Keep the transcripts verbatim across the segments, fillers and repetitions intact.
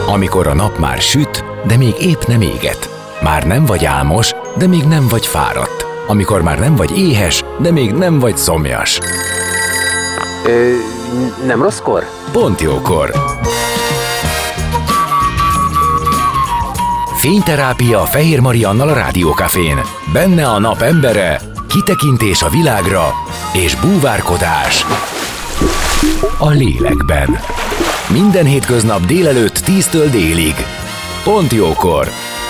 Amikor a nap már süt, de még épp nem éget. Már nem vagy álmos, de még nem vagy fáradt. Amikor már nem vagy éhes, de még nem vagy szomjas. Ö, nem rosszkor? Pont jókor. Fényterápia Fehér Mariannal a Rádiókafén. Benne a nap embere, kitekintés a világra és búvárkodás a lélekben. Minden hétköznap délelőtt tíztől délig. Pont jókor.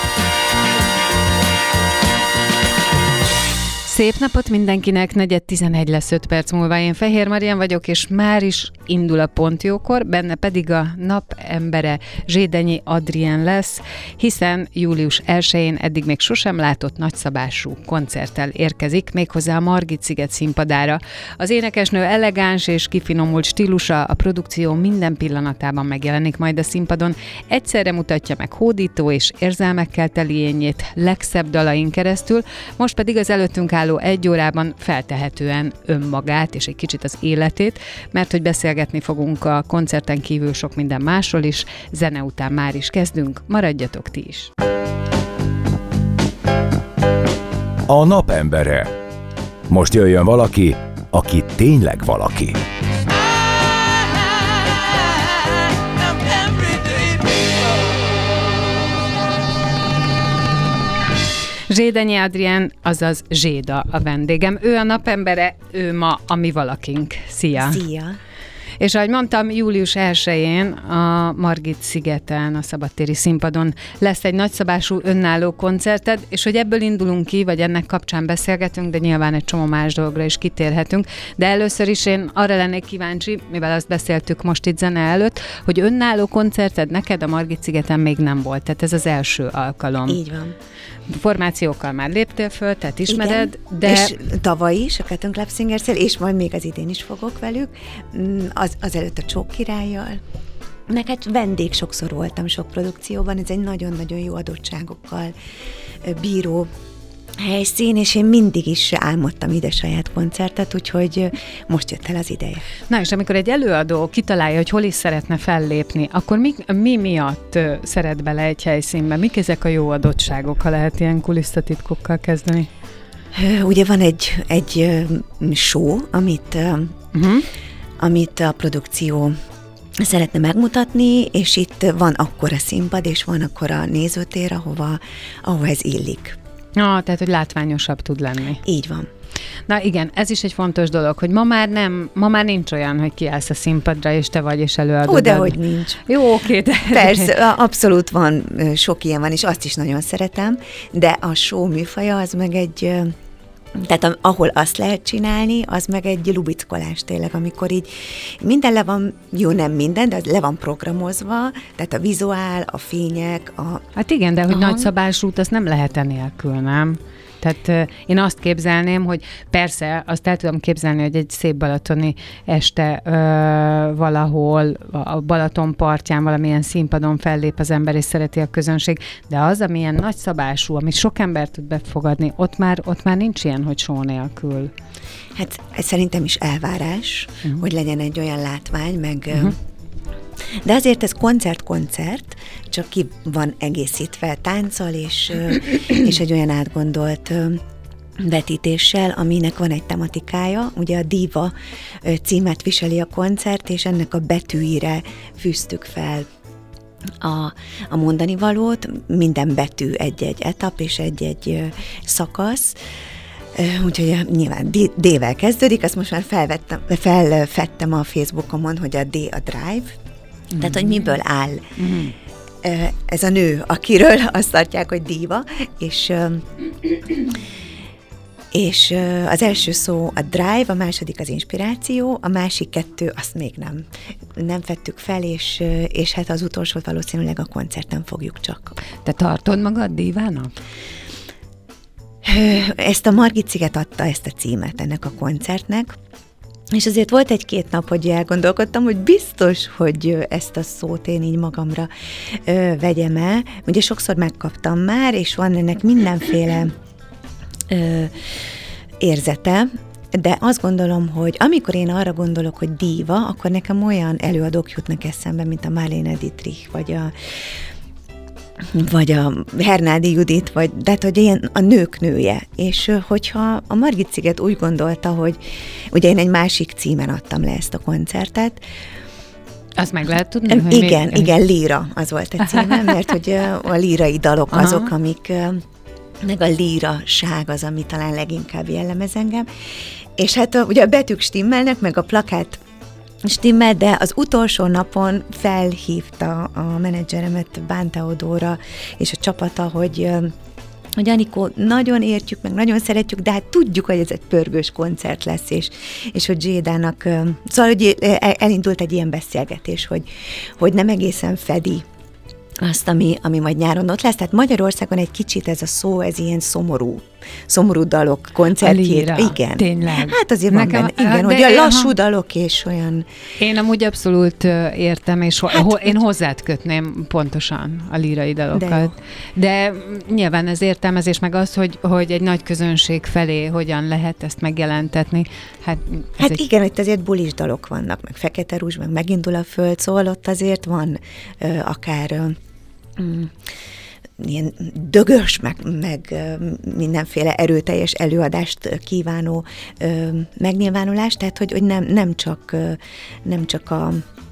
Szép napot mindenkinek, negyed tizenegy lesz öt perc múlva. Én Fehér Marian vagyok, és már is indul a Pont jókor, benne pedig a nap embere Zsédenyi Adrien lesz, hiszen július elsején eddig még sosem látott nagyszabású koncerttel érkezik, méghozzá a Margit-sziget színpadára. Az énekesnő elegáns és kifinomult stílusa a produkció minden pillanatában megjelenik majd a színpadon. Egyszerre mutatja meg hódító és érzelmekkel teli énjét legszebb dalain keresztül, most pedig az előttünk áll egy órában feltehetően önmagát és egy kicsit az életét, mert hogy beszélgetni fogunk a koncerten kívül sok minden másról is, zene után már is kezdünk, maradjatok ti is. A napembere. Most jöjjön valaki, aki tényleg valaki. Zsédenyi Adrien, azaz Zséda a vendégem. Ő a napembere, ő ma a mi valakink. Szia! Szia! És ahogy mondtam, július elsején a Margit-szigeten, a szabadtéri színpadon lesz egy nagyszabású önálló koncerted, és hogy ebből indulunk ki, vagy ennek kapcsán beszélgetünk, de nyilván egy csomó más dologra is kitérhetünk. De először is én arra lennék kíváncsi, mivel azt beszéltük most itt zene előtt, hogy önálló koncerted neked a Margit-szigeten még nem volt, tehát ez az első alkalom. Így van. Formációkkal már léptél föl, tehát ismered, igen. de... És tavaly is a Cotton Club Singers-szel, és majd még az idén is fogok velük, az, azelőtt a Csók Királlyal. Meg hát vendég sokszor voltam sok produkcióban, ez egy nagyon-nagyon jó adottságokkal bíró helyszín, és én mindig is álmodtam ide saját koncertet, úgyhogy most jött el az ideje. Na, és amikor egy előadó kitalálja, hogy hol is szeretne fellépni, akkor mi, mi miatt szeret bele egy helyszínbe? Mik ezek a jó adottságok, ha lehet ilyen kulisszatitkokkal kezdeni? Ugye van egy, egy show, amit, uh-huh. amit a produkció szeretne megmutatni, és itt van akkora színpad, és van akkora nézőtér, ahova, ahova ez illik. Ah, tehát, hogy látványosabb tud lenni. Így van. Na igen, ez is egy fontos dolog, hogy ma már nem, ma már nincs olyan, hogy kiállsz a színpadra, és te vagy, és előadod. Ó, dehogy nincs. Jó, oké, de... Persze, abszolút van, sok ilyen van, és azt is nagyon szeretem, de a show műfaja az meg egy... Tehát ahol azt lehet csinálni, az meg egy lubickolás tényleg, amikor így minden le van, jó nem minden, de le van programozva, tehát a vizuál, a fények, a... Hát igen, de hogy nagyszabásút, azt nem lehet enélkül, nem? Tehát én azt képzelném, hogy persze, azt el tudom képzelni, hogy egy szép balatoni este ö, valahol a Balaton partján, valamilyen színpadon fellép az ember, és szereti a közönség, de az, amilyen nagyszabású, amit sok ember tud befogadni, ott már, ott már nincs ilyen, hogy show nélkül. Hát ez szerintem is elvárás, uh-huh. hogy legyen egy olyan látvány, meg... Uh-huh. De azért ez koncert-koncert, csak ki van egészítve tánccal, és, és egy olyan átgondolt vetítéssel, aminek van egy tematikája. Ugye a Diva címet viseli a koncert, és ennek a betűire fűztük fel a, a mondani valót. Minden betű egy-egy etap, és egy-egy szakasz. Úgyhogy nyilván D-vel kezdődik, azt most már felvettem, felfedtem a Facebookomon, hogy a D a Drive, mm-hmm. tehát hogy miből áll mm-hmm. ez a nő, akiről azt tartják, hogy díva, és, és az első szó a drive, a második az inspiráció, a másik kettő azt még nem, nem fettük fel, és, és hát az utolsót valószínűleg a koncerten fogjuk csak. Te tartod magad dívának? Ezt a Margit-sziget adta, ezt a címet ennek a koncertnek, és azért volt egy-két nap, hogy elgondolkodtam, hogy biztos, hogy ezt a szót én így magamra ö, vegyem el. Ugye sokszor megkaptam már, és van ennek mindenféle ö, érzete, de azt gondolom, hogy amikor én arra gondolok, hogy díva, akkor nekem olyan előadók jutnak eszembe, mint a Marlene Dietrich, vagy a vagy a Hernádi Judit, vagy, de hát, hogy ilyen a nők nője. És hogyha a Margit Sziget úgy gondolta, hogy ugye én egy másik címen adtam le ezt a koncertet. Azt meg lehet tudni? Hogy igen, még... igen, líra az volt a címe, mert hogy a lírai dalok Aha. azok, amik, meg a líraság az, ami talán leginkább jellemez engem. És hát a, ugye a betűk stimmelnek, meg a plakát stimmel, de az utolsó napon felhívta a menedzseremet, Bán Teodóra és a csapata, hogy, hogy Anikó, nagyon értjük, meg nagyon szeretjük, de hát tudjuk, hogy ez egy pörgős koncert lesz, és, és hogy Zsédának, szóval hogy elindult egy ilyen beszélgetés, hogy, hogy nem egészen fedi azt, ami, ami majd nyáron ott lesz. Tehát Magyarországon egy kicsit ez a szó, ez ilyen szomorú, szomorú dalok koncertjét. Igen. Tényleg. Hát azért van Nekem, benne, igen, hogy a lassú dalok és olyan... Én amúgy abszolút értem, és ho- hát, ho- én hozzád kötném pontosan a lírai dalokat. De, de nyilván ez értelmezés, meg az, hogy, hogy egy nagy közönség felé hogyan lehet ezt megjelentetni. Hát, hát egy... igen, itt azért bulis dalok vannak, meg Fekete Rúzs, meg Megindul a föld, szóval ott azért van ö, akár... Ö, mm, ilyen dögös, meg, meg mindenféle erőteljes előadást kívánó ö, megnyilvánulás, tehát hogy, hogy nem, nem csak, ö, nem csak a,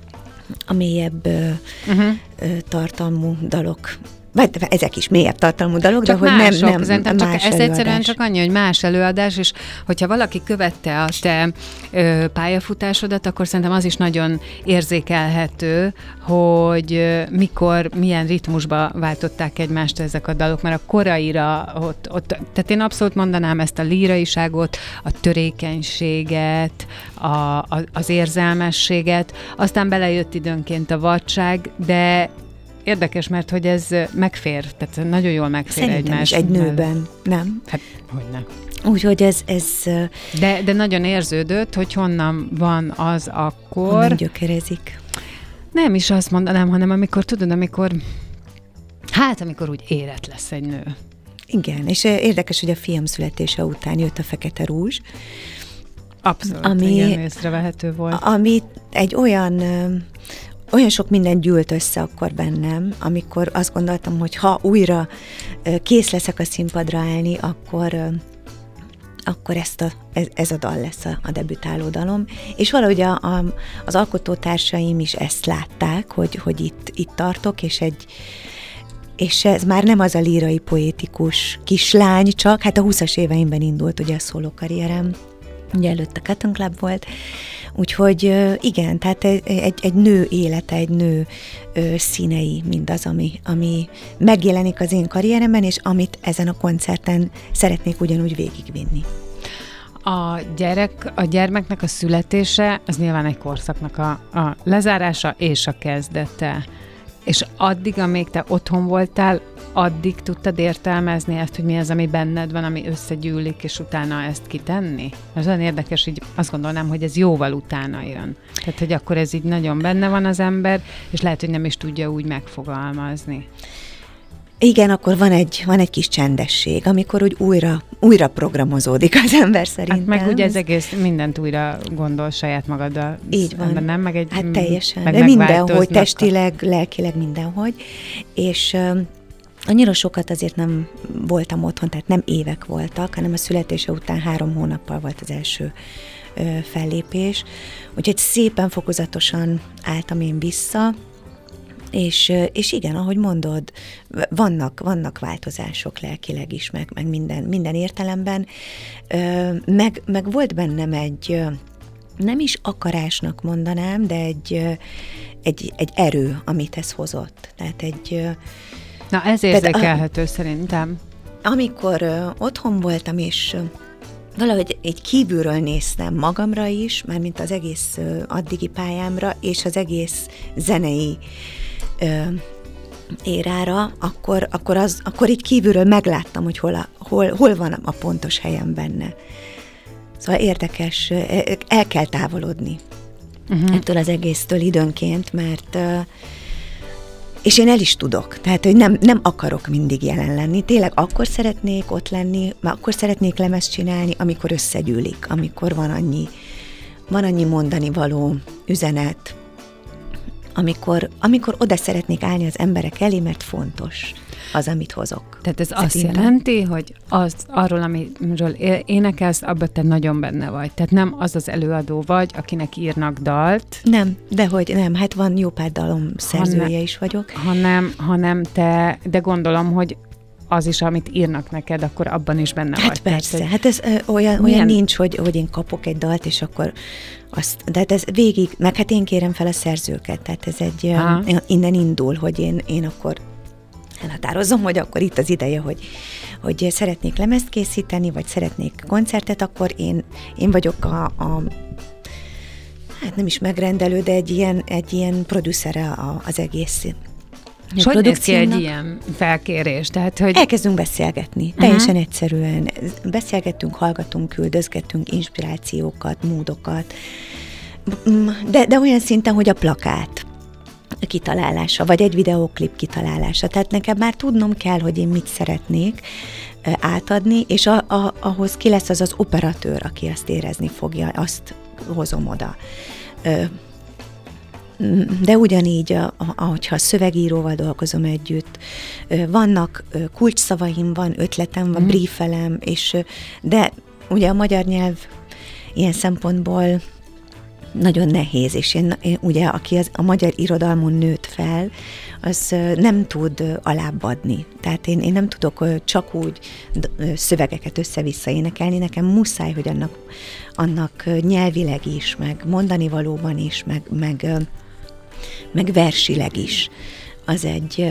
a mélyebb ö, uh-huh. ö, tartalmú dalok, vagy ezek is mélyebb tartalmú dalok, csak de hogy mások, nem, nem csak más ez előadás. egyszerűen csak annyi, hogy más előadás, és hogyha valaki követte a te ö, pályafutásodat, akkor szerintem az is nagyon érzékelhető, hogy ö, mikor, milyen ritmusba váltották egymást ezek a dalok, mert a koraira ott, ott, tehát én abszolút mondanám ezt a líraiságot, a törékenységet, a, a, az érzelmességet, aztán belejött időnként a vadság, de érdekes, mert hogy ez megfér, tehát nagyon jól megfér Szerintem egymás. Is egy nőben, nem? Hát, hogyne. Úgyhogy ez... ez de, de nagyon érződött, hogy honnan van az akkor... Honnan gyökerezik. Nem is azt mondanám, hanem amikor, tudod, amikor... Hát, amikor úgy érett lesz egy nő. Igen, és érdekes, hogy a fiam születése után jött a Fekete Rúzs. Abszolút, ami, igen, észrevehető volt. Ami egy olyan... Olyan sok minden gyűlt össze akkor bennem, amikor azt gondoltam, hogy ha újra kész leszek a színpadra állni, akkor, akkor ezt a, ez, ez a dal lesz a, a debütáló dalom. És valahogy a, a, az alkotótársaim is ezt látták, hogy, hogy itt, itt tartok, és egy és ez már nem az a lírai, poétikus kislány csak, hát a húszas éveimben indult ugye a szóló karrierem, ugye előtt a Cotton Club volt, úgyhogy igen, tehát egy, egy nő élete, egy nő színei mindaz, ami, ami megjelenik az én karrieremben, és amit ezen a koncerten szeretnék ugyanúgy végigvinni. A gyerek, a gyermeknek a születése, az nyilván egy korszaknak a, a lezárása és a kezdete. És addig, amíg te otthon voltál, addig tudtad értelmezni ezt, hogy mi az, ami benned van, ami összegyűlik, és utána ezt kitenni? Ez olyan érdekes, így azt gondolnám, hogy ez jóval utána jön. Tehát, hogy akkor ez így nagyon benne van az ember, és lehet, hogy nem is tudja úgy megfogalmazni. Igen, akkor van egy, van egy kis csendesség, amikor úgy újra, újra programozódik az ember szerintem. Hát meg ugye ez egész mindent újra gondol saját magaddal. Így van. Nem? Meg egy, hát teljesen. Meg de mindenhogy, testileg, lelkileg mindenhogy. És um, annyira sokat azért nem voltam otthon, tehát nem évek voltak, hanem a születése után három hónappal volt az első ö, fellépés. Úgyhogy szépen fokozatosan álltam én vissza, És, és igen, ahogy mondod, vannak, vannak változások lelkileg is, meg, meg minden, minden értelemben, meg, meg volt bennem egy, nem is akarásnak mondanám, de egy, egy, egy erő, amit ez hozott. Tehát egy... Na ez érzékelhető a, szerintem. Amikor otthon voltam, és valahogy egy kívülről néztem magamra is, mármint az egész addigi pályámra, és az egész zenei érára, akkor, akkor, az, akkor így kívülről megláttam, hogy hol, a, hol, hol van a pontos helyem benne. Szóval érdekes, el kell távolodni uh-huh. ettől az egésztől időnként, mert, és én el is tudok, tehát hogy nem, nem akarok mindig jelen lenni, tényleg akkor szeretnék ott lenni, már akkor szeretnék lemezt csinálni, amikor összegyűlik, amikor van annyi, van annyi mondani való üzenet, amikor, amikor oda szeretnék állni az emberek elé, mert fontos az, amit hozok. Tehát ez Szerintem. azt jelenti, hogy az, arról, amiről énekelsz, abban te nagyon benne vagy. Tehát nem az az előadó vagy, akinek írnak dalt. Nem, dehogy nem, hát van jó pár dalom szerzője hanem, is vagyok. Hanem, hanem te, de gondolom, hogy az is, amit írnak neked, akkor abban is benne hát vagy. Persze, Tehát, hát ez ö, olyan, milyen... olyan nincs, hogy, hogy én kapok egy dalt, és akkor azt, de hát ez végig, meg hát én kérem fel a szerzőket, tehát ez egy, ö, innen indul, hogy én, én akkor elhatározom, hogy akkor itt az ideje, hogy, hogy szeretnék lemezt készíteni, vagy szeretnék koncertet, akkor én, én vagyok a, a hát nem is megrendelő, de egy ilyen, egy ilyen producere az egész és hogy néz ki egy ilyen felkérés? Tehát, hogy... Elkezdünk beszélgetni, uh-huh. teljesen egyszerűen. Beszélgettünk, hallgatunk, küldözgetünk inspirációkat, módokat, de, de olyan szinten, hogy a plakát kitalálása, vagy egy videóklip kitalálása. Tehát nekem már tudnom kell, hogy én mit szeretnék átadni, és a, a, ahhoz ki lesz az az operatőr, aki azt érezni fogja, azt hozom oda. De ugyanígy, ahogyha szövegíróval dolgozom együtt, vannak kulcsszavaim, van ötletem, van briefelem, és, de ugye a magyar nyelv ilyen szempontból nagyon nehéz, és én, én ugye, aki az, a magyar irodalmon nőtt fel, az nem tud alábbadni. Tehát én, én nem tudok csak úgy szövegeket össze-vissza énekelni, nekem muszáj, hogy annak, annak nyelvileg is, meg mondani valóban is, meg, meg, meg versileg is az egy,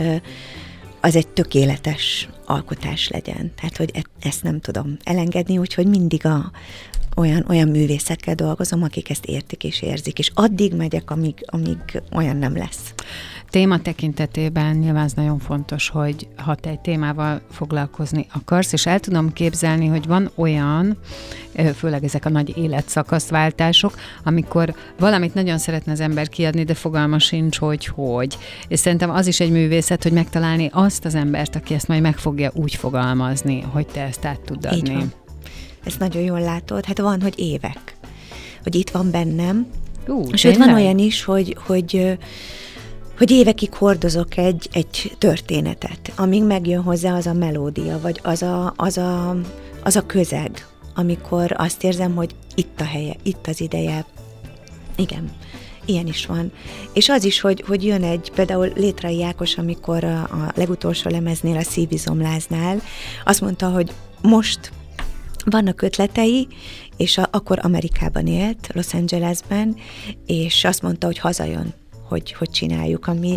az egy tökéletes alkotás legyen. Tehát, hogy e- ezt nem tudom elengedni, úgyhogy mindig a Olyan, olyan művészekkel dolgozom, akik ezt értik és érzik, és addig megyek, amíg, amíg olyan nem lesz. Téma tekintetében nyilván ez nagyon fontos, hogy ha te egy témával foglalkozni akarsz, és el tudom képzelni, hogy van olyan, főleg ezek a nagy életszakaszváltások, amikor valamit nagyon szeretne az ember kiadni, de fogalma sincs, hogy hogy. És szerintem az is egy művészet, hogy megtalálni azt az embert, aki ezt majd meg fogja úgy fogalmazni, hogy te ezt át tud adni. Így van. Ezt nagyon jól látod. Hát van, hogy évek. Hogy itt van bennem. Ú, Sőt, van olyan is, hogy, hogy, hogy évekig hordozok egy, egy történetet, amíg megjön hozzá az a melódia, vagy az a, az a, az a közeg, amikor azt érzem, hogy itt a helye, itt az ideje. Igen, ilyen is van. És az is, hogy, hogy jön egy, például Létrai Ákos, amikor a, a legutolsó lemeznél, a Szívizomláznál, azt mondta, hogy most vannak ötletei, és a, akkor Amerikában élt, Los Angelesben, és azt mondta, hogy hazajön, hogy, hogy csináljuk, ami,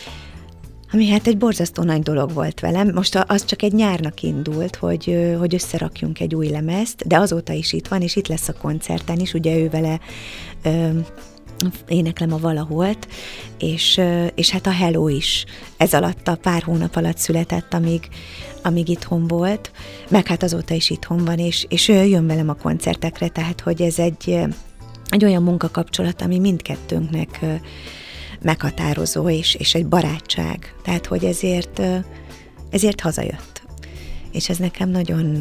ami hát egy borzasztó nagy dolog volt velem. Most az csak egy nyárnak indult, hogy, hogy összerakjunk egy új lemezt, de azóta is itt van, és itt lesz a koncerten is, ugye ő vele ö, éneklem a Valaholt, és, és hát a Hello is ez alatt a pár hónap alatt született, amíg, amíg itthon volt, meg hát azóta is itthon van, és, és ő jön velem a koncertekre, tehát hogy ez egy, egy olyan munkakapcsolat, ami mindkettőnknek meghatározó, és, és egy barátság. Tehát, hogy ezért, ezért hazajött. És ez nekem nagyon...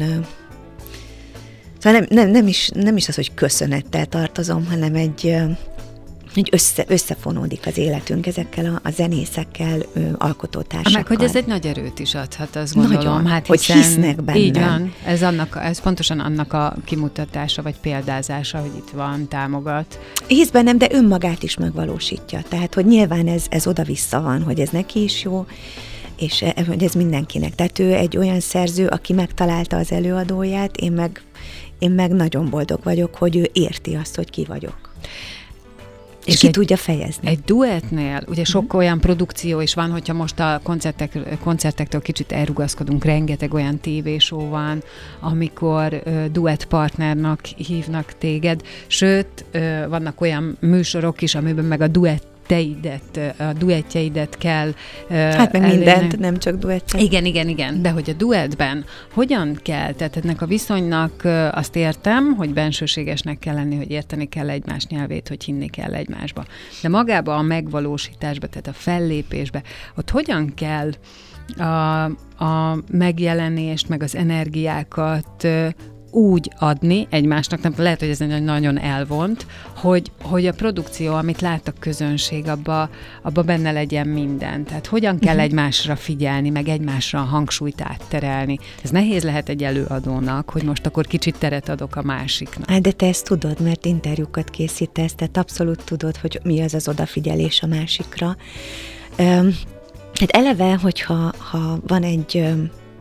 Szóval nem, nem, nem, is, nem is az, hogy köszönettel tartozom, hanem egy... hogy össze, összefonódik az életünk ezekkel a, a zenészekkel, ő, alkotótársakkal. Meg, hogy ez egy nagy erőt is adhat, azt gondolom. Nagyon, hát hogy hisznek bennem. Így van, ez, annak, ez pontosan annak a kimutatása, vagy példázása, hogy itt van, támogat. Hisz bennem, de önmagát is megvalósítja. Tehát, hogy nyilván ez, ez oda-vissza van, hogy ez neki is jó, és hogy ez mindenkinek. Tehát ő egy olyan szerző, aki megtalálta az előadóját, én meg, én meg nagyon boldog vagyok, hogy ő érti azt, hogy ki vagyok. És, és ki egy, tudja fejezni. Egy duettnél, ugye sok uh-huh. olyan produkció is van, hogyha most a koncertek, koncertektől kicsit elrugaszkodunk, rengeteg olyan tévéshow van, amikor uh, duett partnernak hívnak téged, sőt, uh, vannak olyan műsorok is, amiben meg a duett duetteidet, a duettjeidet kell Hát meg elérni. mindent, nem csak duettet. Igen, igen, igen, de hogy a duettben hogyan kell, tehát ennek a viszonynak azt értem, hogy bensőségesnek kell lenni, hogy érteni kell egymás nyelvét, hogy hinni kell egymásba. De magába a megvalósításba, tehát a fellépésbe, ott hogyan kell a, a megjelenést, meg az energiákat úgy adni egymásnak, nem, lehet, hogy ez nagyon elvont, hogy, hogy a produkció, amit lát a közönség, abba, abba benne legyen minden. Tehát hogyan kell uh-huh. egymásra figyelni, meg egymásra a hangsúlyt átterelni. Ez nehéz lehet egy előadónak, hogy most akkor kicsit teret adok a másiknak. Hát de te ezt tudod, mert interjúkat készítesz, tehát abszolút tudod, hogy mi az az odafigyelés a másikra. Üm, hát eleve, hogyha ha van egy ö,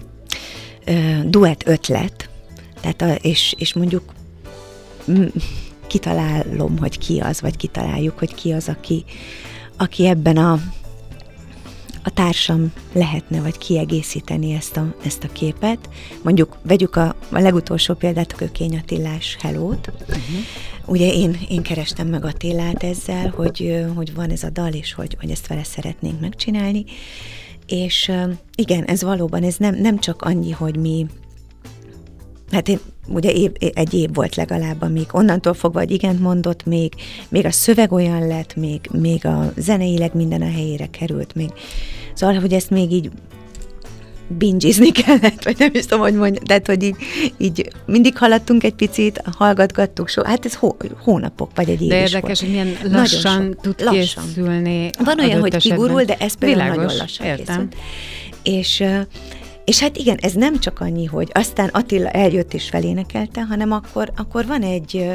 ö, duett ötlet, tehát a, és, és mondjuk m, kitalálom, hogy ki az, vagy kitaláljuk, hogy ki az, aki, aki ebben a, a társam lehetne, vagy kiegészíteni ezt a, ezt a képet. Mondjuk vegyük a, a legutolsó példát, a Kökény Attilás Hellót. Uh-huh. Ugye én, én kerestem meg Attilát ezzel, hogy, hogy van ez a dal, és hogy, hogy ezt vele szeretnénk megcsinálni. És igen, ez valóban, ez nem, nem csak annyi, hogy mi hát én, ugye év, egy év volt legalább, amíg onnantól fogva, hogy igent mondott, még, még a szöveg olyan lett, még, még a zeneileg minden a helyére került, még. Szóval, hogy ezt még így bingizni kellett, vagy nem is tudom, hogy mondjam, tehát, hogy így, így mindig haladtunk egy picit, hallgatgattuk, so, hát ez hó, hónapok, vagy egy év de is érdekes, volt. hogy milyen lassan tud lassan készülni. Van olyan, hogy kigurul, de ez például Világos, nagyon lassan értem. készült. És És hát igen, ez nem csak annyi, hogy aztán Attila eljött és felénekelte, hanem akkor, akkor van egy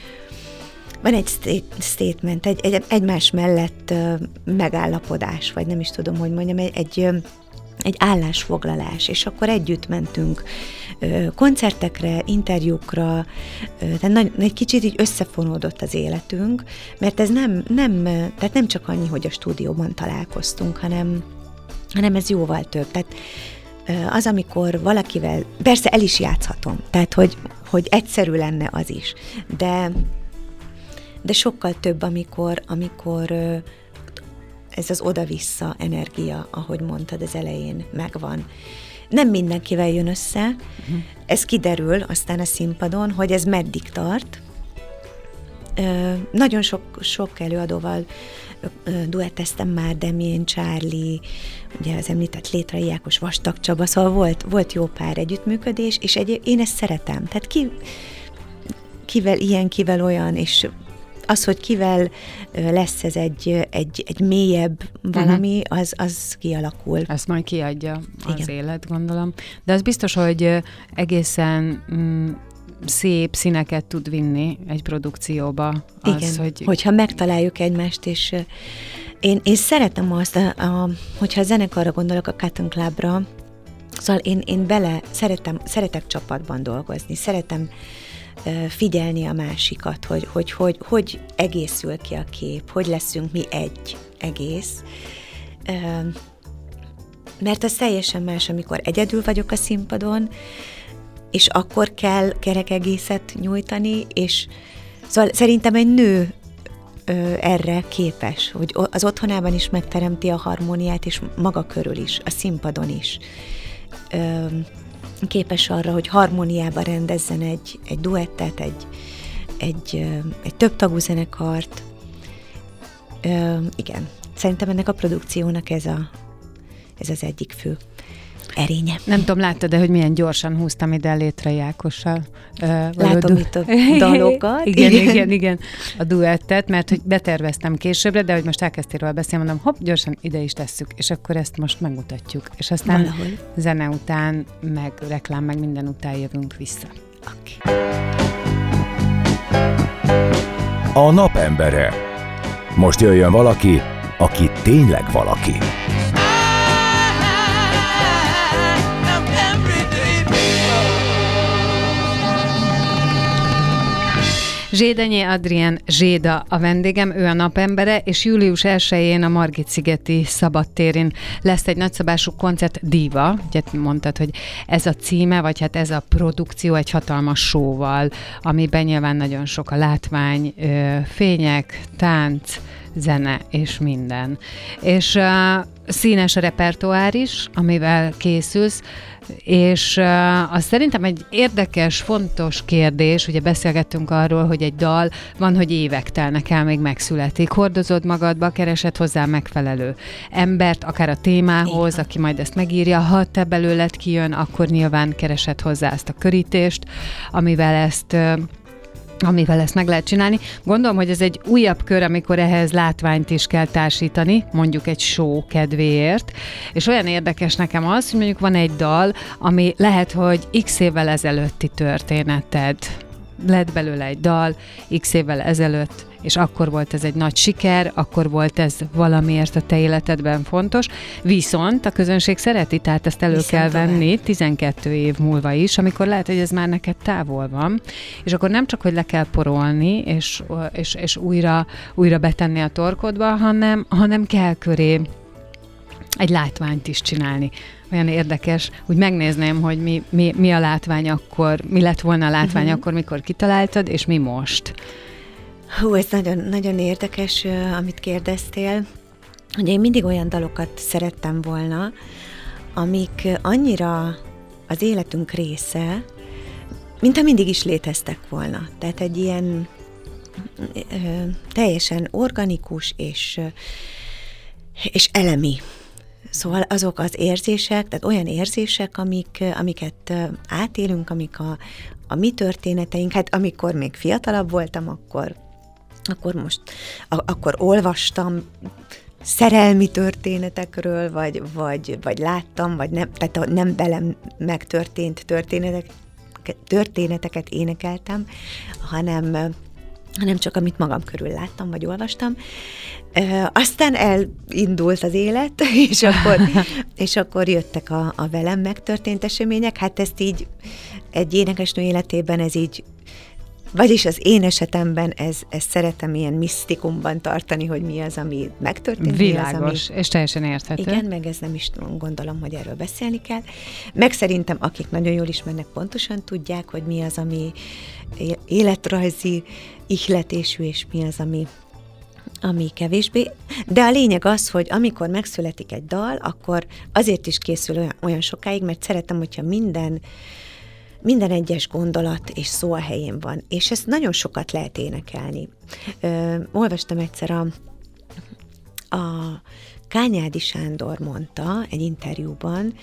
van egy statement, egy, egy egymás mellett megállapodás, vagy nem is tudom, hogy mondjam, egy, egy, egy állásfoglalás, és akkor együtt mentünk koncertekre, interjúkra, tehát egy kicsit így összefonódott az életünk, mert ez nem, nem, tehát nem csak annyi, hogy a stúdióban találkoztunk, hanem, hanem ez jóval több. Tehát az, amikor valakivel, persze el is játszhatom, tehát hogy, hogy egyszerű lenne az is, de, de sokkal több, amikor, amikor ez az oda-vissza energia, ahogy mondtad az elején, megvan. Nem mindenkivel jön össze, uh-huh. ez kiderül aztán a színpadon, hogy ez meddig tart. Nagyon sok, sok előadóval duetteztem már, Demjén, Charlie, ugye az említett Létrai Ákos, Vastag Csaba, szóval volt, volt jó pár együttműködés, és egy, én ezt szeretem. Tehát ki, kivel ilyen, kivel olyan, és az, hogy kivel lesz ez egy, egy, egy mélyebb valami, uh-huh. az, az kialakul. Ezt majd kiadja az Igen. élet, gondolom. De az biztos, hogy egészen mm, szép színeket tud vinni egy produkcióba. Az, Igen, hogy... hogyha megtaláljuk egymást, és én, én szeretem azt, a, a, hogyha a zenekarra gondolok, a Cotton Clubra, szóval én, én bele szeretem, szeretek csapatban dolgozni, szeretem uh, figyelni a másikat, hogy hogy, hogy hogy egészül ki a kép, hogy leszünk mi egy egész. Uh, mert az teljesen más, amikor egyedül vagyok a színpadon, és akkor kell kerek egészet nyújtani, és szóval szerintem egy nő ö, erre képes, hogy az otthonában is megteremti a harmóniát, és maga körül is, a színpadon is ö, képes arra, hogy harmóniában rendezzen egy, egy duettet, egy, egy, ö, egy több tagú zenekart. Ö, igen, szerintem ennek a produkciónak ez, a, ez az egyik fő erénye. Nem tudom, láttad, de hogy milyen gyorsan húztam ide Létrai Ákossal. Látom itt a dalokat. igen, igen, igen, igen, a duettet, mert hogy beterveztem későbbre, de hogy most elkezdtél róla beszélni, mondom, hopp, gyorsan ide is tesszük, és akkor ezt most megmutatjuk. És aztán valahol zene után, meg reklám, meg minden után jövünk vissza. Okay. A napembere. Most jöjjön valaki, aki tényleg valaki. Zsédenyé Adrien Zséda a vendégem, ő a napembere, és július elsején a Margit-szigeti szabadtérén lesz egy nagyszabású koncert, Diva, ugye mondtad, hogy ez a címe, vagy hát ez a produkció egy hatalmas show-val, amiben nyilván nagyon sok a látvány, fények, tánc, zene és minden. És uh, színes a repertoár is, amivel készülsz, és uh, az szerintem egy érdekes, fontos kérdés, ugye beszélgettünk arról, hogy egy dal van, hogy évek telnek el, még megszületik. Hordozod magadba, keresed hozzá megfelelő embert, akár a témához, igen, aki majd ezt megírja. Ha te belőled kijön, akkor nyilván keresed hozzá ezt a körítést, amivel ezt... Uh, amivel ezt meg lehet csinálni. Gondolom, hogy ez egy újabb kör, amikor ehhez látványt is kell társítani, mondjuk egy show kedvéért, és olyan érdekes nekem az, hogy mondjuk van egy dal, ami lehet, hogy x évvel ezelőtti történeted, lett belőle egy dal x évvel ezelőtt, és akkor volt ez egy nagy siker, akkor volt ez valamiért a te életedben fontos, viszont a közönség szereti, tehát ezt elő viszont kell venni tovább. tizenkét év múlva is, amikor lehet, hogy ez már neked távol van, és akkor nem csak, hogy le kell porolni, és, és, és újra, újra betenni a torkodba, hanem, hanem kell köré egy látványt is csinálni. Olyan érdekes, úgy megnézném, hogy mi, mi, mi a látvány akkor, mi lett volna a látvány uh-huh. akkor, mikor kitaláltad, és mi most. Hú, ez nagyon, nagyon érdekes, amit kérdeztél. Ugye én mindig olyan dalokat szerettem volna, amik annyira az életünk része, mintha mindig is léteztek volna. Tehát egy ilyen ö, teljesen organikus és, és elemi. Szóval azok az érzések, tehát olyan érzések, amik, amiket átélünk, amik a, a mi történeteink, hát amikor még fiatalabb voltam, akkor akkor most, a, akkor olvastam szerelmi történetekről, vagy, vagy, vagy láttam, vagy nem, tehát nem velem megtörtént történetek, történeteket énekeltem, hanem, hanem csak amit magam körül láttam, vagy olvastam. E, aztán elindult az élet, és akkor, és akkor jöttek a, a velem megtörtént események. Hát ezt így egy énekesnő életében ez így, vagyis az én esetemben ez, ezt szeretem ilyen misztikumban tartani, hogy mi az, ami megtörtént. Világos, az, ami... és teljesen érthető. Igen, meg ez nem is gondolom, hogy erről beszélni kell. Meg szerintem, akik nagyon jól ismernek, pontosan tudják, hogy mi az, ami életrajzi ihletésű, és mi az, ami, ami kevésbé. De a lényeg az, hogy amikor megszületik egy dal, akkor azért is készül olyan, olyan sokáig, mert szeretem, hogyha minden Minden egyes gondolat és szó a helyén van, és ezt nagyon sokat lehet énekelni. Ö, olvastam egyszer a, a Kányádi Sándor mondta egy interjúban,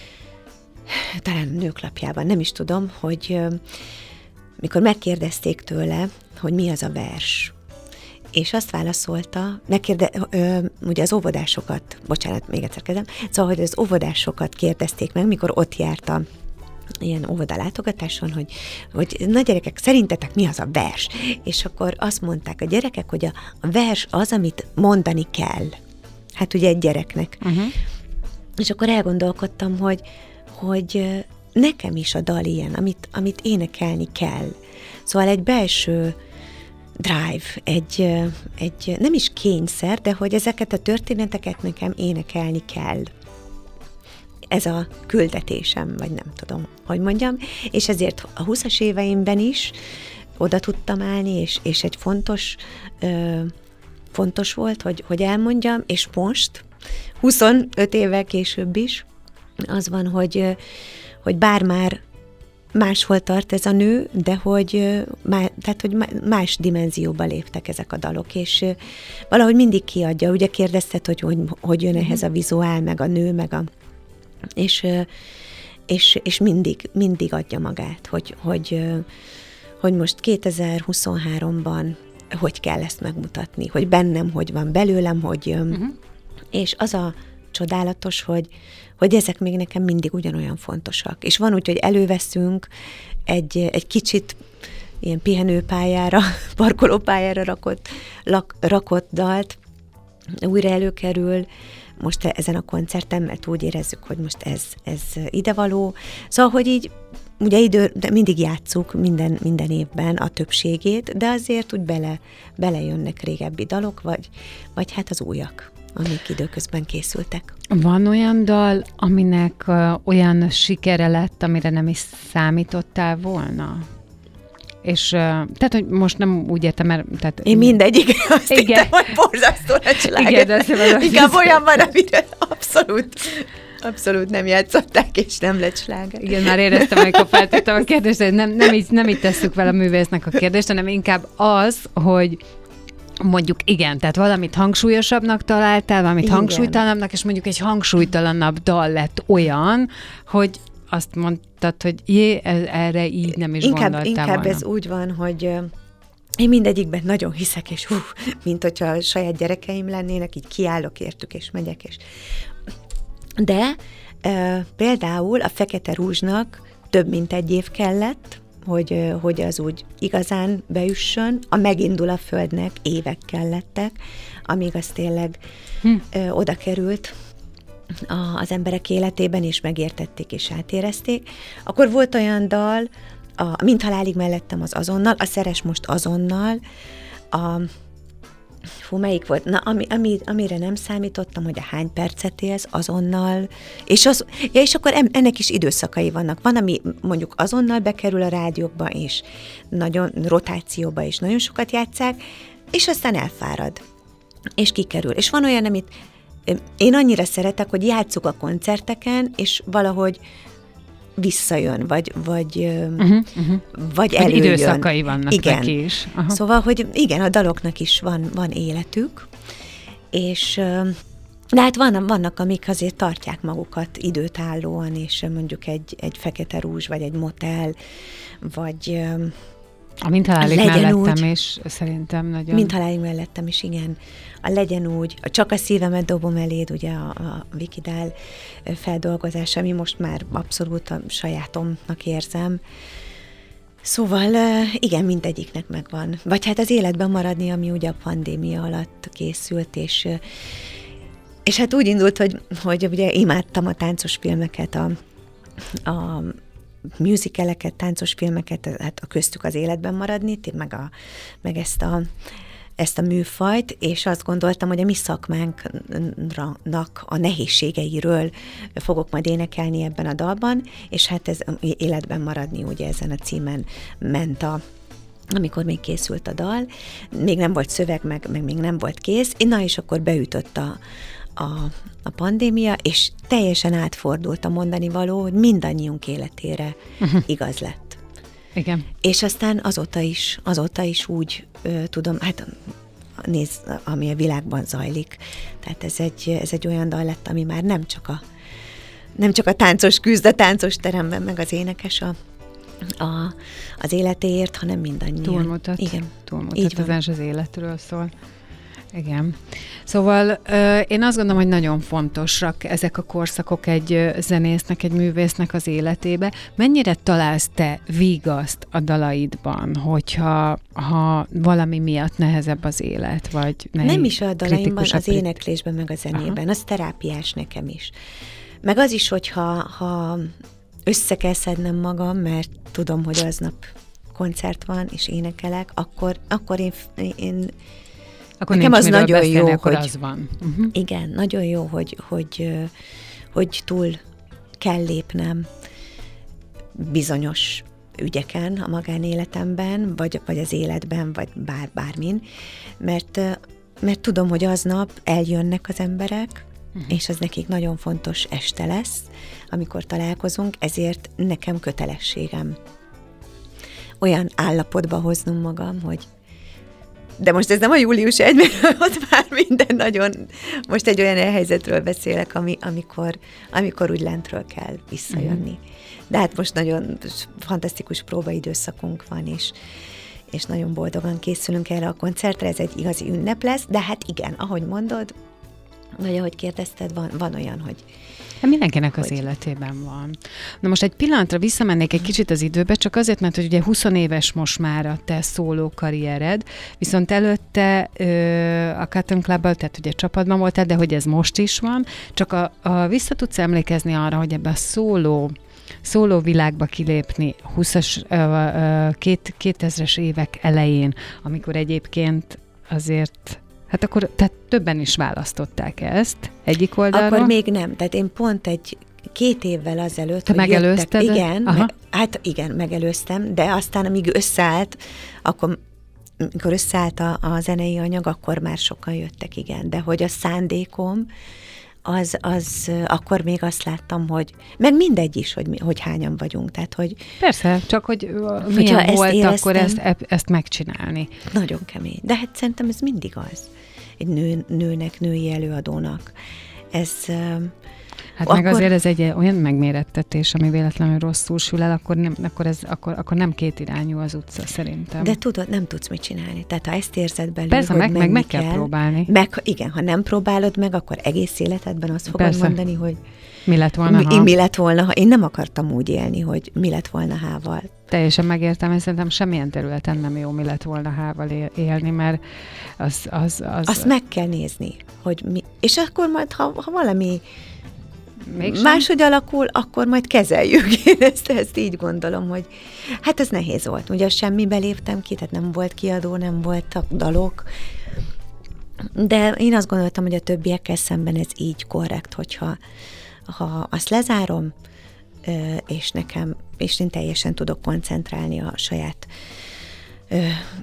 talán a Nőklapjában, nem is tudom, hogy ö, mikor megkérdezték tőle, hogy mi az a vers, és azt válaszolta, megkérde, ö, ugye az óvodásokat, bocsánat, még egyszer kezdem, szóval, hogy az óvodásokat kérdezték meg, mikor ott jártam, ilyen óvodalátogatáson, hogy, hogy na gyerekek, szerintetek mi az a vers? És akkor azt mondták a gyerekek, hogy a, a vers az, amit mondani kell. Hát ugye egy gyereknek. Uh-huh. És akkor elgondolkodtam, hogy, hogy nekem is a dal ilyen, amit, amit énekelni kell. Szóval egy belső drive, egy, egy nem is kényszer, de hogy ezeket a történeteket nekem énekelni kell. Ez a küldetésem, vagy nem tudom, hogy mondjam, és ezért a húszas éveimben is oda tudtam állni, és, és egy fontos, ö, fontos volt, hogy, hogy elmondjam, és most, huszonöt évvel később is, az van, hogy, hogy bár már máshol tart ez a nő, de hogy, má, tehát, hogy más dimenzióba léptek ezek a dalok, és valahogy mindig kiadja. Ugye kérdezted, hogy hogy, hogy jön ehhez a vizuál, meg a nő, meg a És, és, és mindig, mindig adja magát, hogy, hogy, hogy most kétezer-huszonháromban hogy kell ezt megmutatni, hogy bennem hogy van, belőlem hogy jön. Uh-huh. És az a csodálatos, hogy, hogy ezek még nekem mindig ugyanolyan fontosak. És van úgy, hogy előveszünk egy, egy kicsit ilyen pihenőpályára, parkolópályára rakott, lak, rakott dalt, újra előkerül, most ezen a koncerten, mert úgy érezzük, hogy most ez, ez idevaló. Szóval, hogy így, ugye idő, de mindig játsszuk minden, minden évben a többségét, de azért úgy bele, belejönnek régebbi dalok, vagy, vagy hát az újak, amik időközben készültek. Van olyan dal, aminek uh, olyan sikere lett, amire nem is számítottál volna? és tehát, hogy most nem úgy értem, mert... Tehát, Én mindegyik azt igen. hittem, hogy borzasztó nagy sláger. Igen, de azt hiszem, inkább olyan van, amire abszolút, abszolút nem játszották, és nem lett sláger. Igen, már éreztem, amikor feltettem a kérdést, hogy nem, nem, így, nem így tesszük vele a művésznek a kérdést, hanem inkább az, hogy mondjuk igen, tehát valamit hangsúlyosabbnak találtál, valamit igen. hangsúlytalanabbnak, és mondjuk egy hangsúlytalanabb dal lett olyan, hogy azt mondtad, hogy jé, erre így nem is inkább, gondoltál Inkább volna. Ez úgy van, hogy én mindegyikben nagyon hiszek, és hú, mint hogyha a saját gyerekeim lennének, így kiállok értük, és megyek, és... De e, például a Fekete Rúzsnak több mint egy év kellett, hogy, hogy az úgy igazán beüssön. A Megindul a Földnek évek kellettek, amíg az tényleg hm. ö, oda került a, az emberek életében, és megértették, és átérezték. Akkor volt olyan dal, a Mint halálig mellettem az Azonnal, a Szeres most azonnal, a Fú, melyik volt? Na, ami, ami, amire nem számítottam, hogy a Hány percet élsz, azonnal, és, az, ja, és akkor ennek is időszakai vannak. Van, ami mondjuk azonnal bekerül a rádiókba, és nagyon rotációba, és nagyon sokat játsszák, és aztán elfárad, és kikerül. És van olyan, amit én annyira szeretek, hogy játsszuk a koncerteken, és valahogy visszajön, vagy, vagy, uh-huh, uh-huh. vagy előjön. Időszakai vannak igen. neki is. Aha. Szóval, hogy igen, a daloknak is van, van életük, és de hát van, vannak, amik azért tartják magukat időtállóan, és mondjuk egy, egy Fekete Rúzs, vagy egy Motel, vagy a Mint halálig mellettem úgy, is szerintem nagyon... Mint halálig mellettem is, igen. A Legyen úgy, a Csak a szívemet dobom eléd, ugye a, a Vicky Dahl feldolgozása, ami most már abszolút a sajátomnak érzem. Szóval igen, mindegyiknek megvan. Vagy hát az életben maradni, ami ugye a pandémia alatt készült, és, és hát úgy indult, hogy, hogy ugye imádtam a táncos filmeket, a, a musicaleket, táncos filmeket, hát a köztük az életben maradni, meg, a, meg ezt, a, ezt a műfajt, és azt gondoltam, hogy a mi szakmánknak a nehézségeiről fogok majd énekelni ebben a dalban, és hát ez életben maradni, ugye ezen a címen ment a amikor még készült a dal, még nem volt szöveg, meg, meg még nem volt kész, na és akkor beütött a A, a pandémia, és teljesen átfordult a mondani való, hogy mindannyiunk életére uh-huh. igaz lett. Igen. És aztán azóta is, azóta is úgy ö, tudom, hát nézd, ami a világban zajlik. Tehát ez egy, ez egy olyan dal lett, ami már nem csak a, nem csak a táncos küzd a táncos teremben, meg az énekes a, a, az életéért, hanem mindannyian. Túlmutat. Igen. Túlmutat, az az életről szól. Igen. Szóval ö, én azt gondolom, hogy nagyon fontosak ezek a korszakok egy ö, zenésznek, egy művésznek az életébe. Mennyire találsz te vigaszt a dalaidban, hogyha ha valami miatt nehezebb az élet, vagy nem is a dalaimban, az éneklésben, meg a zenében. Aha. Az terápiás nekem is. Meg az is, hogyha ha össze kell szednem magam, mert tudom, hogy aznap koncert van, és énekelek, akkor, akkor én, én Akkor nekem az nagyon jó, akkor hogy az van. Uh-huh. Igen, nagyon jó, hogy, hogy, hogy túl kell lépnem bizonyos ügyeken a magánéletemben, vagy, vagy az életben, vagy bár, bármin, mert, mert tudom, hogy aznap eljönnek az emberek, uh-huh. és az nekik nagyon fontos este lesz, amikor találkozunk, ezért nekem kötelességem olyan állapotba hoznom magam, hogy de most ez nem a július elseje, mert ott már minden nagyon... Most egy olyan helyzetről beszélek, ami, amikor, amikor úgy lentről kell visszajönni. Mm. De hát most nagyon fantasztikus próbaidőszakunk van, és, és nagyon boldogan készülünk erre a koncertre, ez egy igazi ünnep lesz, de hát igen, ahogy mondod, vagy ahogy kérdezted, van, van olyan, hogy... Hát mindenkinek hogy... az hogy... életében van. Na most egy pillanatra visszamennék egy kicsit az időbe, csak azért, mert hogy ugye húsz éves most már a te szóló karriered, viszont előtte ö, a Cotton Clubbal, tehát ugye csapatban voltál, de hogy ez most is van, csak a, a vissza tudsz emlékezni arra, hogy ebbe a szóló szóló világba kilépni húszas, ö, ö, két, kétezres évek elején, amikor egyébként azért... Hát akkor tehát többen is választották ezt egyik oldalról. Akkor még nem. Tehát én pont egy, két évvel azelőtt, Te hogy megelőzted? Jöttek, igen, Aha. me, hát igen, megelőztem, de aztán amíg összeállt, akkor amikor összeállt a, a zenei anyag, akkor már sokan jöttek, igen. De hogy a szándékom, az, az akkor még azt láttam, hogy, meg mindegy is, hogy, mi, hogy hányan vagyunk, tehát hogy... Persze, csak hogy Hogyha milyen ezt volt éreztem, akkor ezt, ezt megcsinálni. Nagyon kemény. De hát szerintem ez mindig az. Egy nő, nőnek, női előadónak. Ez... Hát akkor... meg azért ez egy olyan megmérettetés, ami véletlenül rosszul sül el, akkor nem, akkor ez, akkor, akkor nem kétirányú az utca szerintem. De tudod, nem tudsz mit csinálni. Tehát ha ezt érzed belül, Persze, hogy meg, meg, meg kell, kell próbálni. Meg, igen, ha nem próbálod meg, akkor egész életedben azt fogod Persze. mondani, hogy Mi lett volna, mi, ha... mi lett volna, ha én nem akartam úgy élni, hogy mi lett volna hával. Teljesen megértem, és szerintem semmilyen területen nem jó, mi lett volna hával élni, mert az... az, az Azt meg kell nézni, hogy mi, és akkor majd, ha, ha valami mégsem? máshogy alakul, akkor majd kezeljük. Én ezt, ezt így gondolom, hogy hát ez nehéz volt. Ugye semmibe léptem ki, tehát nem volt kiadó, nem voltak dalok, de én azt gondoltam, hogy a többiekkel szemben ez így korrekt, hogyha ha azt lezárom, és nekem, és én teljesen tudok koncentrálni a saját ö,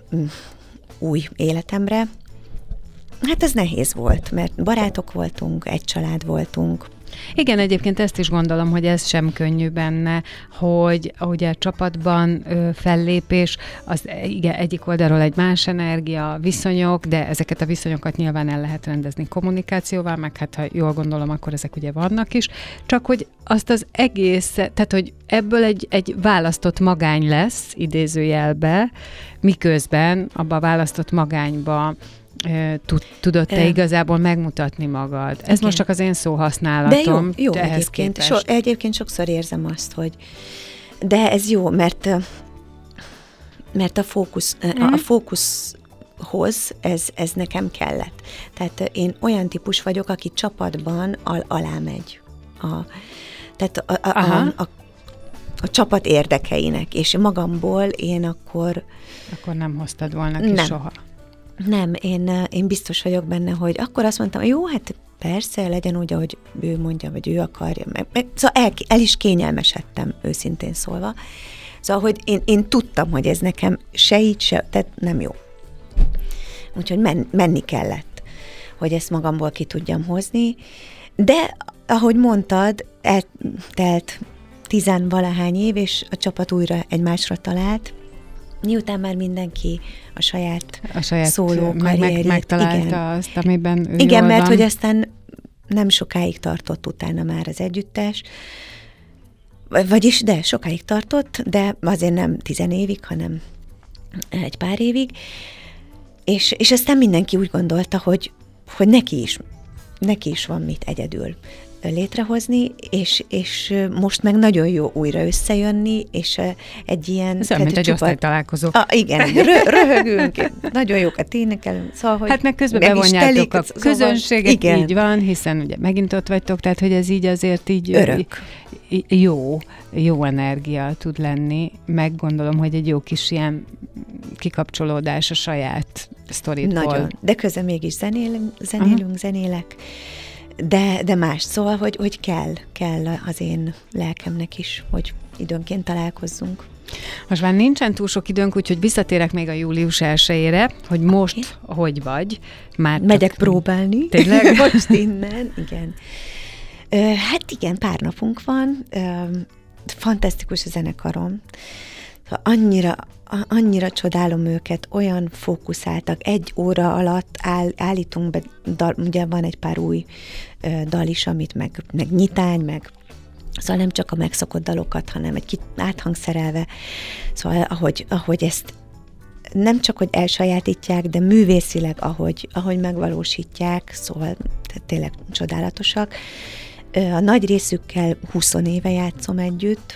új életemre. Hát ez nehéz volt, mert barátok voltunk, egy család voltunk. Igen, egyébként ezt is gondolom, hogy ez sem könnyű benne, hogy ugye csapatban ö, fellépés, az igen, egyik oldalról egy más energia, viszonyok, de ezeket a viszonyokat nyilván el lehet rendezni kommunikációval, meg hát ha jól gondolom, akkor ezek ugye vannak is, csak hogy azt az egész, tehát hogy ebből egy, egy választott magány lesz, idézőjelbe, miközben abba a választott magányba tudod te igazából megmutatni magad. Ez igen. Most csak az én szóhasználatom. De jó, jó ehhez egyébként, képest. so, egyébként sokszor érzem azt, hogy de ez jó, mert mert a fókusz, mm. a, a fókuszhoz ez, ez nekem kellett. Tehát én olyan típus vagyok, aki csapatban al, alá megy. A, tehát a, a, a, a, a csapat érdekeinek, és magamból én akkor... Akkor nem hoztad volna ki nem. soha. Nem, én, én biztos vagyok benne, hogy akkor azt mondtam, jó, hát persze, legyen úgy, ahogy ő mondja, vagy ő akarja. Meg, meg, szóval el, el is kényelmesedtem, őszintén szólva. Szóval, hogy én, én tudtam, hogy ez nekem se így, se, tehát nem jó. Úgyhogy men, menni kellett, hogy ezt magamból ki tudjam hozni. De, ahogy mondtad, eltelt tizenvalahány év, és a csapat újra egymásra talált, miután már mindenki a saját, a saját szóló meg, karrierjét. Meg, megtalálta igen. azt, amiben ő igen, mert van. hogy aztán nem sokáig tartott utána már az együttes, vagyis, de sokáig tartott, de azért nem tizenévig, hanem egy pár évig, és, és aztán mindenki úgy gondolta, hogy, hogy neki is, neki is van mit egyedül létrehozni, és, és most meg nagyon jó újra összejönni, és egy ilyen... Ez olyan, mint egy osztálytalálkozó. Ah, igen, rö, röhögünk, nagyon jókat énekelünk, szóval, hogy... Hát meg közben bevonjátok a közönséget, szóval, így van, hiszen ugye megint ott vagytok, tehát hogy ez így azért így... Örök. Jó, jó energia tud lenni, meg gondolom, hogy egy jó kis ilyen kikapcsolódás a saját sztoritból. Nagyon, de közben mégis zenélünk, zenélünk, uh-huh. zenélek, De, de más, szóval, hogy, hogy kell, kell az én lelkemnek is, hogy időnként találkozzunk. Most már nincsen túl sok időnk, úgyhogy visszatérek még a július elsejére, hogy most okay. hogy vagy. Már megyek csak... próbálni. Tényleg? Most innen, igen. Ö, hát igen, pár napunk van. Ö, fantasztikus a zenekarom. Annyira, annyira csodálom őket, olyan fókuszáltak, egy óra alatt áll, állítunk be, dal, ugye van egy pár új ö, dal is, amit meg, meg nyitány, meg szóval nem csak a megszokott dalokat, hanem egy kicsit áthangszerelve, szóval ahogy, ahogy ezt nem csak, hogy elsajátítják, de művészileg, ahogy, ahogy megvalósítják, szóval tényleg csodálatosak. A nagy részükkel húsz éve játszom együtt.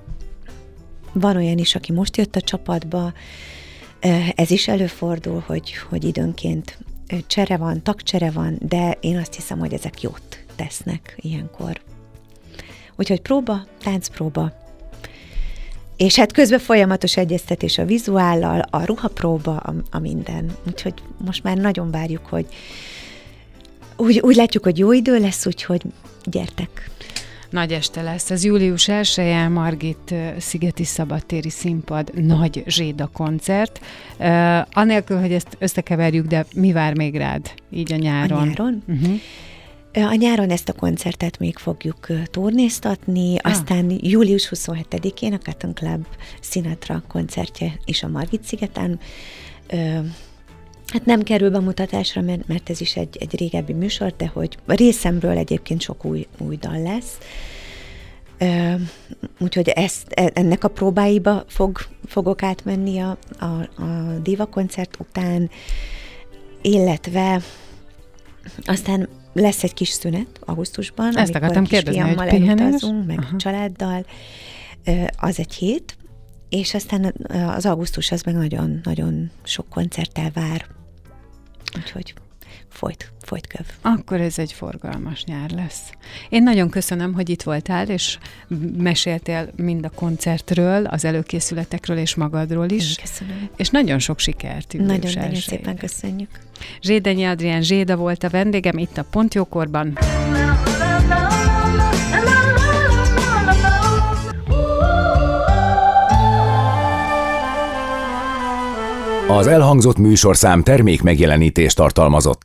Van olyan is, aki most jött a csapatba, ez is előfordul, hogy, hogy időnként csere van, tagcsere van, de én azt hiszem, hogy ezek jót tesznek ilyenkor. Úgyhogy próba, táncpróba, és hát közben folyamatos egyeztetés a vizuállal, a ruhapróba, a, a minden. Úgyhogy most már nagyon várjuk, hogy úgy, úgy látjuk, hogy jó idő lesz, úgyhogy gyertek. Nagy este lesz. Az július elseje, Margit Szigeti Szabadtéri Színpad nagy Zséda koncert. Uh, anélkül, hogy ezt összekeverjük, de mi vár még rád így a nyáron? A nyáron? Uh-huh. A nyáron ezt a koncertet még fogjuk turnéztatni, ah. aztán július huszonhetedikén a Cotton Club Sinatra koncertje is a Margit-szigeten. Hát nem kerül bemutatásra, mert, mert ez is egy, egy régebbi műsor, de hogy a részemről egyébként sok új, új dal lesz. Úgyhogy ezt, ennek a próbáiba fog, fogok átmenni a, a, a Diva koncert után, illetve aztán lesz egy kis szünet augusztusban, ezt akartam kérdezni, hogy pihenés? Meg Aha. családdal, az egy hét, és aztán az augusztus az meg nagyon-nagyon sok koncerttel vár, úgyhogy folyt, folyt köv. Akkor ez egy forgalmas nyár lesz. Én nagyon köszönöm, hogy itt voltál, és meséltél mind a koncertről, az előkészületekről és magadról is. Én köszönöm. És nagyon sok sikert. Nagyon-nagyon szépen köszönjük. Zsédenyi Adrián Zséda volt a vendégem itt a Pontjókorban. Az elhangzott műsorszám termék megjelenítést tartalmazott.